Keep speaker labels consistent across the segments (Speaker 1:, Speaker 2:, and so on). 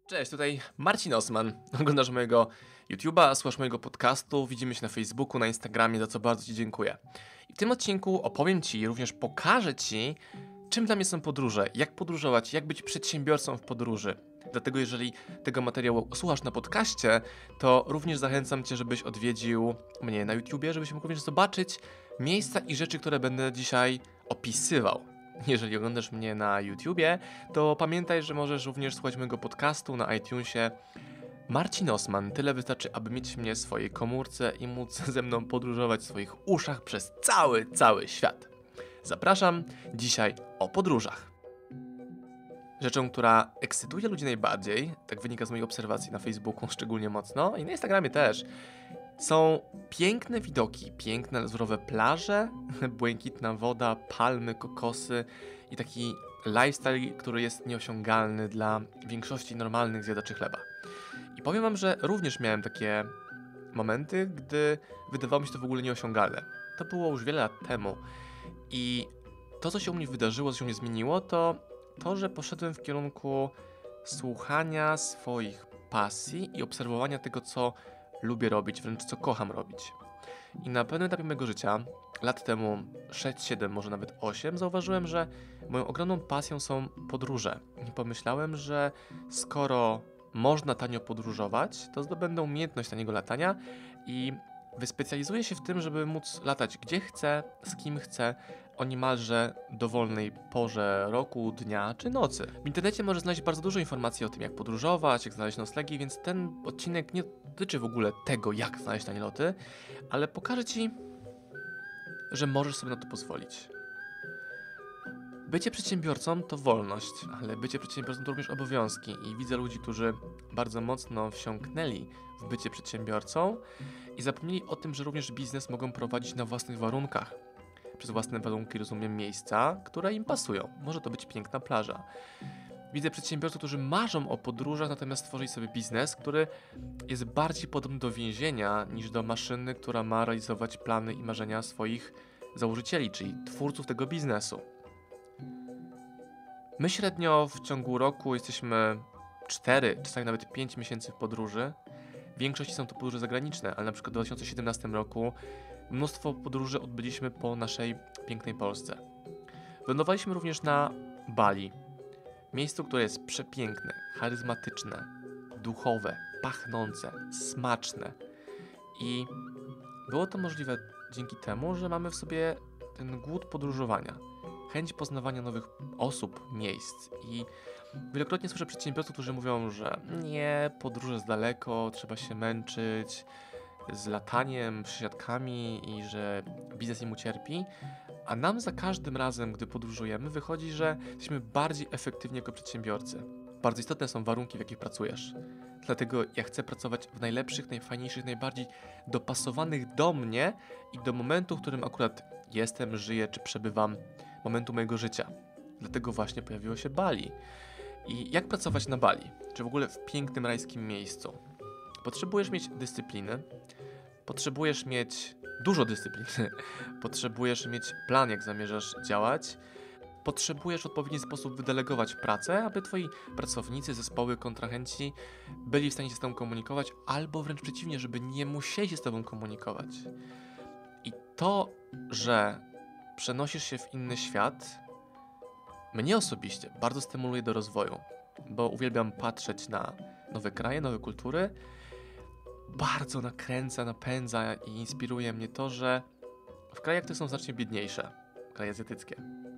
Speaker 1: Cześć, tutaj Marcin Osman. Oglądasz mojego YouTube'a, słuchasz mojego podcastu, widzimy się na Facebooku, na Instagramie, za co bardzo Ci dziękuję. I w tym odcinku opowiem Ci, również pokażę Ci, czym dla mnie są podróże, jak podróżować, jak być przedsiębiorcą w podróży. Dlatego jeżeli tego materiału słuchasz na podcaście, to również zachęcam Cię, żebyś odwiedził mnie na YouTubie, żebyś mógł również zobaczyć miejsca i rzeczy, które będę dzisiaj opisywał. Jeżeli oglądasz mnie na YouTubie, to pamiętaj, że możesz również słuchać mojego podcastu na iTunesie. Marcin Osman, tyle wystarczy, aby mieć mnie w swojej komórce i móc ze mną podróżować w swoich uszach przez cały świat. Zapraszam dzisiaj o podróżach. Rzeczą, która ekscytuje ludzi najbardziej, tak wynika z moich obserwacji na Facebooku szczególnie mocno i na Instagramie też, są piękne widoki, piękne lazurowe plaże, błękitna woda, palmy, kokosy i taki lifestyle, który jest nieosiągalny dla większości normalnych zjadaczy chleba. I powiem wam, że również miałem takie momenty, gdy wydawało mi się to w ogóle nieosiągalne. To było już wiele lat temu i to, co się u mnie wydarzyło, co się u mnie zmieniło, to to, że poszedłem w kierunku słuchania swoich pasji i obserwowania tego, co lubię robić, wręcz co kocham robić. I na pewnym etapie mojego życia, lat temu 6, 7, może nawet 8, zauważyłem, że moją ogromną pasją są podróże. I pomyślałem, że skoro można tanio podróżować, to zdobędę umiejętność taniego latania i wyspecjalizuję się w tym, żeby móc latać gdzie chcę, z kim chcę, o niemalże dowolnej porze roku, dnia czy nocy. W internecie możesz znaleźć bardzo dużo informacji o tym, jak podróżować, jak znaleźć noclegi, więc ten odcinek nie dotyczy w ogóle tego, jak znaleźć tanie loty, ale pokażę Ci, że możesz sobie na to pozwolić. Bycie przedsiębiorcą to wolność, ale bycie przedsiębiorcą to również obowiązki i widzę ludzi, którzy bardzo mocno wsiąknęli w bycie przedsiębiorcą i zapomnieli o tym, że również biznes mogą prowadzić na własnych warunkach. Przez własne warunki rozumiem miejsca, które im pasują. Może to być piękna plaża. Widzę przedsiębiorców, którzy marzą o podróżach, natomiast stworzyli sobie biznes, który jest bardziej podobny do więzienia niż do maszyny, która ma realizować plany i marzenia swoich założycieli, czyli twórców tego biznesu. My średnio w ciągu roku jesteśmy 4, czasami nawet 5 miesięcy w podróży. W większości są to podróże zagraniczne, ale na przykład w 2017 roku mnóstwo podróży odbyliśmy po naszej pięknej Polsce. Wylądowaliśmy również na Bali. Miejscu, które jest przepiękne, charyzmatyczne, duchowe, pachnące, smaczne. I było to możliwe dzięki temu, że mamy w sobie ten głód podróżowania, chęć poznawania nowych osób, miejsc. I wielokrotnie słyszę przedsiębiorców, którzy mówią, że nie, podróż jest daleko, trzeba się męczyć z lataniem, przesiadkami i że biznes im ucierpi, a nam za każdym razem, gdy podróżujemy, wychodzi, że jesteśmy bardziej efektywni jako przedsiębiorcy. Bardzo istotne są warunki, w jakich pracujesz. Dlatego ja chcę pracować w najlepszych, najfajniejszych, najbardziej dopasowanych do mnie i do momentu, w którym akurat jestem, żyję czy przebywam, momentu mojego życia. Dlatego właśnie pojawiło się Bali. I jak pracować na Bali? Czy w ogóle w pięknym rajskim miejscu? Potrzebujesz mieć dyscypliny, potrzebujesz mieć dużo dyscypliny, potrzebujesz mieć plan, jak zamierzasz działać, potrzebujesz w odpowiedni sposób wydelegować pracę, aby twoi pracownicy, zespoły, kontrahenci byli w stanie się z tobą komunikować, albo wręcz przeciwnie, żeby nie musieli się z tobą komunikować. I to, że przenosisz się w inny świat, mnie osobiście bardzo stymuluje do rozwoju, bo uwielbiam patrzeć na nowe kraje, nowe kultury. Bardzo nakręca, napędza i inspiruje mnie to, że w krajach, które są znacznie biedniejsze, kraje azjatyckie,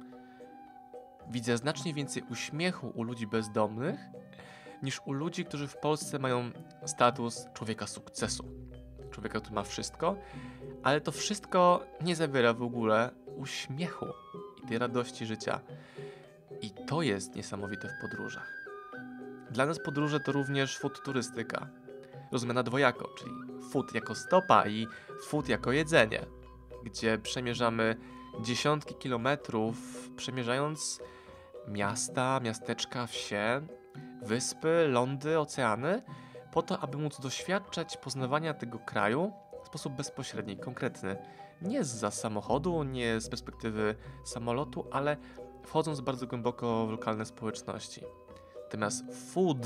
Speaker 1: widzę znacznie więcej uśmiechu u ludzi bezdomnych niż u ludzi, którzy w Polsce mają status człowieka sukcesu. Człowieka, który ma wszystko, ale to wszystko nie zawiera w ogóle uśmiechu i tej radości życia. I to jest niesamowite w podróżach. Dla nas podróże to również food turystyka. Rozumiana dwojako, czyli food jako stopa i food jako jedzenie, gdzie przemierzamy dziesiątki kilometrów, przemierzając miasta, miasteczka, wsie, wyspy, lądy, oceany, po to, aby móc doświadczać poznawania tego kraju w sposób bezpośredni, konkretny. Nie zza samochodu, nie z perspektywy samolotu, ale wchodząc bardzo głęboko w lokalne społeczności. Natomiast food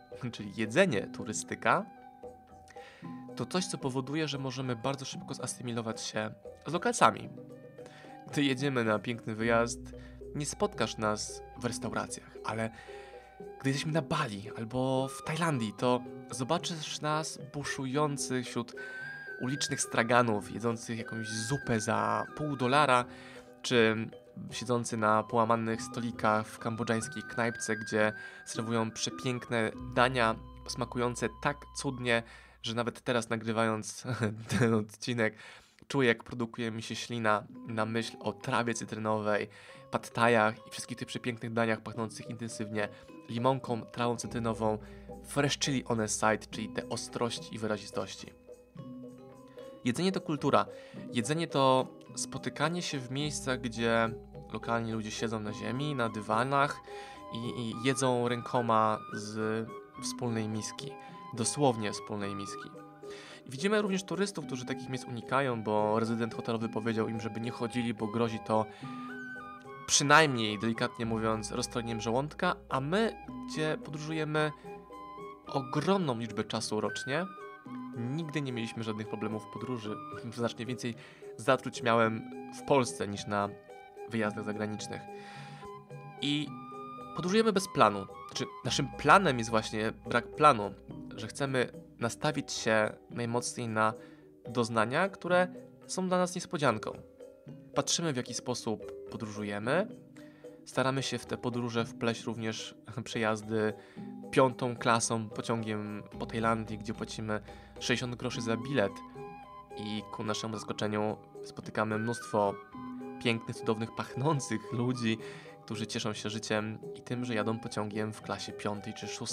Speaker 1: czyli jedzenie, turystyka, to coś, co powoduje, że możemy bardzo szybko zasymilować się z lokalcami. Gdy jedziemy na piękny wyjazd, nie spotkasz nas w restauracjach, ale gdy jesteśmy na Bali albo w Tajlandii, to zobaczysz nas buszujących wśród ulicznych straganów, jedzących jakąś zupę za $0,5, czy siedzący na połamanych stolikach w kambodżańskiej knajpce, gdzie serwują przepiękne dania smakujące tak cudnie, że nawet teraz nagrywając ten odcinek czuję, jak produkuje mi się ślina na myśl o trawie cytrynowej, pad thaiach i wszystkich tych przepięknych daniach pachnących intensywnie limonką, trawą cytrynową, fresh chili on a side, czyli te ostrości i wyrazistości. Jedzenie to kultura. Jedzenie to spotykanie się w miejscach, gdzie lokalni ludzie siedzą na ziemi, na dywanach i jedzą rękoma z wspólnej miski. Dosłownie wspólnej miski. I widzimy również turystów, którzy takich miejsc unikają, bo rezydent hotelowy powiedział im, żeby nie chodzili, bo grozi to przynajmniej, delikatnie mówiąc, rozstrojeniem żołądka, a my, gdzie podróżujemy ogromną liczbę czasu rocznie, nigdy nie mieliśmy żadnych problemów w podróży. Znacznie więcej zatruć miałem w Polsce niż na wyjazdach zagranicznych. I podróżujemy bez planu. Znaczy, naszym planem jest właśnie brak planu, że chcemy nastawić się najmocniej na doznania, które są dla nas niespodzianką. Patrzymy, w jaki sposób podróżujemy. Staramy się w te podróże wpleść również przejazdy 5. klasą pociągiem po Tajlandii, gdzie płacimy 60 groszy za bilet i ku naszemu zaskoczeniu spotykamy mnóstwo pięknych, cudownych, pachnących ludzi, którzy cieszą się życiem i tym, że jadą pociągiem w klasie 5. czy 6.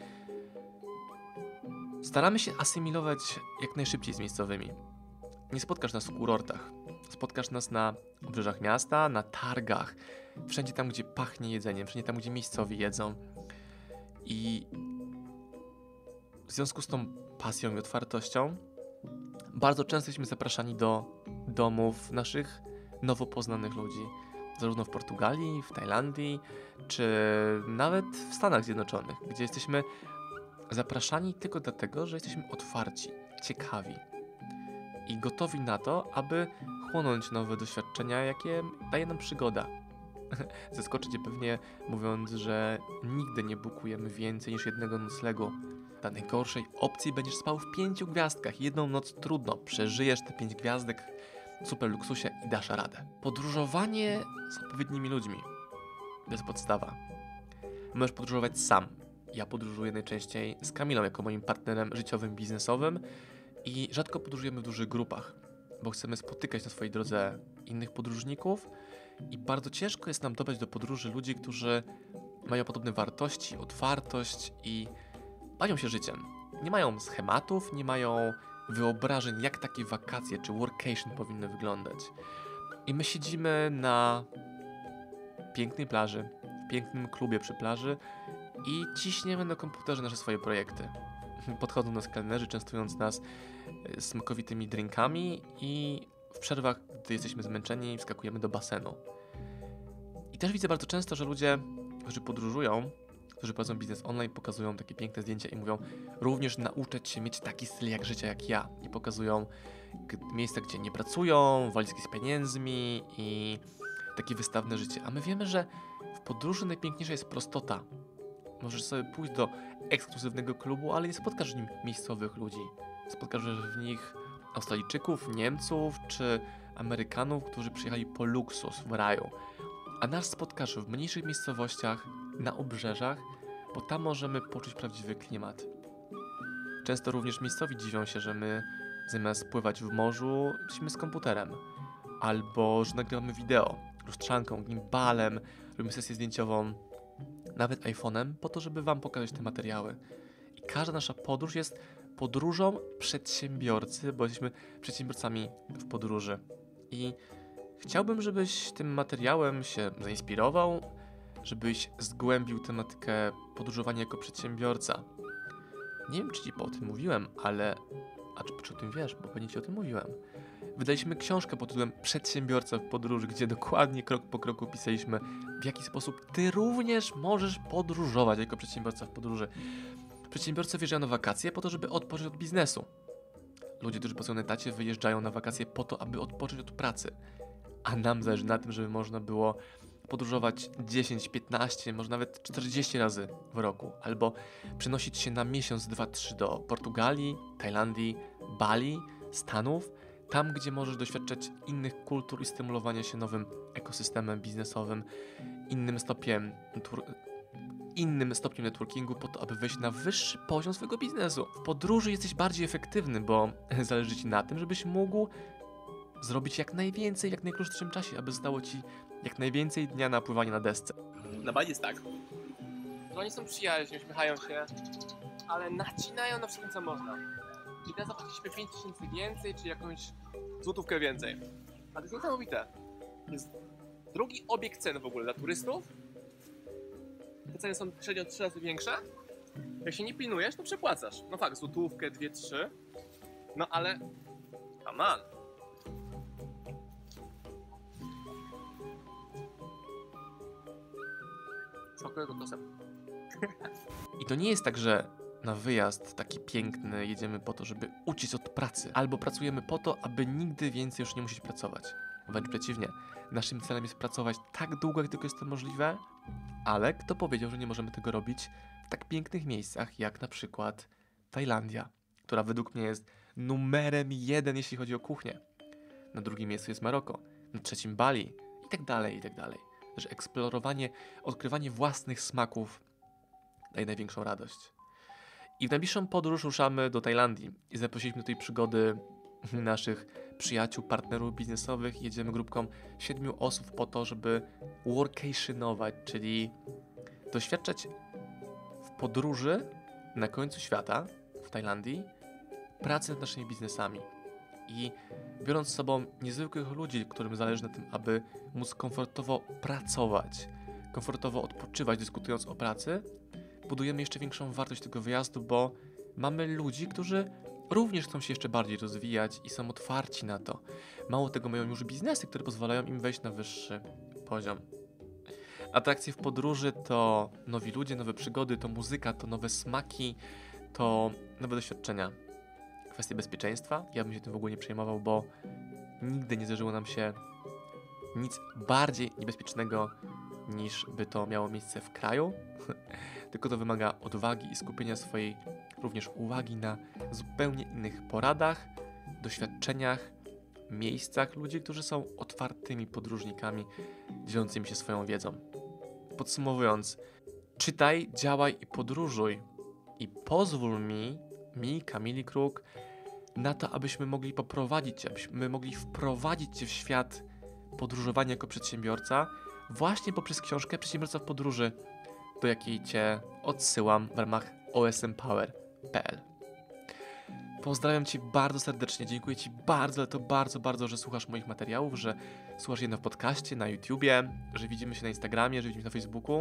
Speaker 1: Staramy się asymilować jak najszybciej z miejscowymi. Nie spotkasz nas w kurortach. Spotkasz nas na obrzeżach miasta, na targach, wszędzie tam, gdzie pachnie jedzeniem, wszędzie tam, gdzie miejscowi jedzą. I w związku z tą pasją i otwartością bardzo często jesteśmy zapraszani do domów naszych nowo poznanych ludzi. Zarówno w Portugalii, w Tajlandii, czy nawet w Stanach Zjednoczonych, gdzie jesteśmy zapraszani tylko dlatego, że jesteśmy otwarci, ciekawi i gotowi na to, aby chłonąć nowe doświadczenia, jakie daje nam przygoda. Zaskoczy cię pewnie mówiąc, że nigdy nie bukujemy więcej niż jednego noclegu. Na najgorszej opcji będziesz spał w 5 gwiazdkach. Jedną noc trudno, przeżyjesz te 5 gwiazdek w super luksusie i dasz radę. Podróżowanie z odpowiednimi ludźmi. To jest podstawa. Możesz podróżować sam. Ja podróżuję najczęściej z Kamilą jako moim partnerem życiowym, biznesowym i rzadko podróżujemy w dużych grupach, bo chcemy spotykać na swojej drodze innych podróżników i bardzo ciężko jest nam dobrać do podróży ludzi, którzy mają podobne wartości, otwartość i bawią się życiem. Nie mają schematów, nie mają wyobrażeń, jak takie wakacje czy workation powinny wyglądać. I my siedzimy na pięknej plaży, w pięknym klubie przy plaży i ciśniemy na komputerze nasze swoje projekty. Podchodzą nas kelnerzy, częstując nas smakowitymi drinkami i w przerwach, gdy jesteśmy zmęczeni, wskakujemy do basenu. I też widzę bardzo często, że ludzie, którzy podróżują, którzy prowadzą biznes online, pokazują takie piękne zdjęcia i mówią: również nauczyć się mieć taki styl jak życia jak ja. I pokazują miejsca, gdzie nie pracują, walizki z pieniędzmi i takie wystawne życie. A my wiemy, że w podróży najpiękniejsza jest prostota. Możesz sobie pójść do ekskluzywnego klubu, ale nie spotkasz w nim miejscowych ludzi. Spotkasz w nich Australijczyków, Niemców czy Amerykanów, którzy przyjechali po luksus w raju. A nas spotkasz w mniejszych miejscowościach, na obrzeżach, bo tam możemy poczuć prawdziwy klimat. Często również miejscowi dziwią się, że my zamiast pływać w morzu, jesteśmy z komputerem. Albo że nagrywamy wideo, lustrzanką, gimbalem, robimy sesję zdjęciową, nawet iPhone'em, po to, żeby wam pokazać te materiały. I każda nasza podróż jest podróżą przedsiębiorcy, bo jesteśmy przedsiębiorcami w podróży. I chciałbym, żebyś tym materiałem się zainspirował, żebyś zgłębił tematykę podróżowania jako przedsiębiorca. Nie wiem, czy ci o tym mówiłem, ale... czy o tym wiesz, bo pewnie ci o tym mówiłem. Wydaliśmy książkę pod tytułem Przedsiębiorca w podróży, gdzie dokładnie krok po kroku pisaliśmy, w jaki sposób ty również możesz podróżować jako przedsiębiorca w podróży. Przedsiębiorcy wyjeżdżają na wakacje po to, żeby odpocząć od biznesu. Ludzie, którzy pracują na etacie, wyjeżdżają na wakacje po to, aby odpocząć od pracy. A nam zależy na tym, żeby można było podróżować 10, 15, może nawet 40 razy w roku. Albo przenosić się na miesiąc, 2, 3 do Portugalii, Tajlandii, Bali, Stanów. Tam, gdzie możesz doświadczać innych kultur i stymulowania się nowym ekosystemem biznesowym, innym stopniem networkingu po to, aby wejść na wyższy poziom swojego biznesu. W podróży jesteś bardziej efektywny, bo zależy ci na tym, żebyś mógł zrobić jak najwięcej w jak najkrótszym czasie, aby zostało ci jak najwięcej dnia na pływanie na desce.
Speaker 2: Na Bali jest tak, że oni są przyjaźni, uśmiechają się, ale nacinają na wszystkim co można. I teraz zapłaciliśmy 5000 więcej, czy jakąś złotówkę więcej. A to jest niesamowite. To jest drugi obieg cen w ogóle dla turystów. Te ceny są średnio 3 razy większe. Jak się nie pilnujesz, to przepłacasz. No fakt, złotówkę, 2, 3. No ale... come on. Smakuje kokosem.
Speaker 1: I to nie jest tak, że na wyjazd taki piękny jedziemy po to, żeby uciec od pracy, albo pracujemy po to, aby nigdy więcej już nie musieć pracować. Wręcz przeciwnie, naszym celem jest pracować tak długo, jak tylko jest to możliwe, ale kto powiedział, że nie możemy tego robić w tak pięknych miejscach, jak na przykład Tajlandia, która według mnie jest numerem 1, jeśli chodzi o kuchnię. Na drugim miejscu jest Maroko, na trzecim Bali i tak dalej, i tak dalej. Że eksplorowanie, odkrywanie własnych smaków daje największą radość. I w najbliższą podróż ruszamy do Tajlandii i zaprosiliśmy do tej przygody naszych przyjaciół, partnerów biznesowych. Jedziemy grupką 7 osób po to, żeby workationować, czyli doświadczać w podróży na końcu świata, w Tajlandii, pracy nad naszymi biznesami. I biorąc z sobą niezwykłych ludzi, którym zależy na tym, aby móc komfortowo pracować, komfortowo odpoczywać, dyskutując o pracy, budujemy jeszcze większą wartość tego wyjazdu, bo mamy ludzi, którzy również chcą się jeszcze bardziej rozwijać i są otwarci na to. Mało tego, mają już biznesy, które pozwalają im wejść na wyższy poziom. Atrakcje w podróży to nowi ludzie, nowe przygody, to muzyka, to nowe smaki, to nowe doświadczenia. Kwestie bezpieczeństwa, ja bym się tym w ogóle nie przejmował, bo nigdy nie zdarzyło nam się nic bardziej niebezpiecznego, niż by to miało miejsce w kraju. Tylko to wymaga odwagi i skupienia swojej również uwagi na zupełnie innych poradach, doświadczeniach, miejscach ludzi, którzy są otwartymi podróżnikami, dzielącymi się swoją wiedzą. Podsumowując, czytaj, działaj i podróżuj. I pozwól mi, Kamili Kruk, na to, abyśmy mogli wprowadzić Cię w świat podróżowania jako przedsiębiorca właśnie poprzez książkę Przedsiębiorca w podróży, do jakiej Cię odsyłam w ramach osmpower.pl. Pozdrawiam Cię bardzo serdecznie, dziękuję Ci bardzo, ale to bardzo, bardzo, że słuchasz moich materiałów, że słuchasz je w podcaście, na YouTubie, że widzimy się na Instagramie, że widzimy się na Facebooku,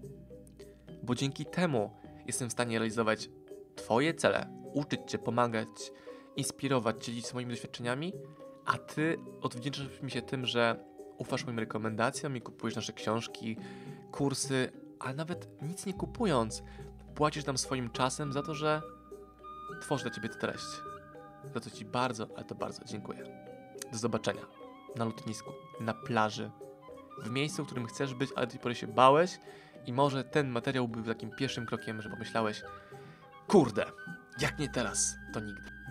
Speaker 1: bo dzięki temu jestem w stanie realizować Twoje cele, uczyć Cię, pomagać, inspirować, dzielić się moimi doświadczeniami, a Ty odwdzięczasz mi się tym, że ufasz moim rekomendacjom i kupujesz nasze książki, kursy, a nawet nic nie kupując, płacisz nam swoim czasem za to, że tworzę dla Ciebie tę treść. Za to Ci bardzo, ale to bardzo dziękuję. Do zobaczenia na lotnisku, na plaży, w miejscu, w którym chcesz być, ale do tej pory się bałeś i może ten materiał był takim pierwszym krokiem, że pomyślałeś, kurde, jak nie teraz, to nigdy.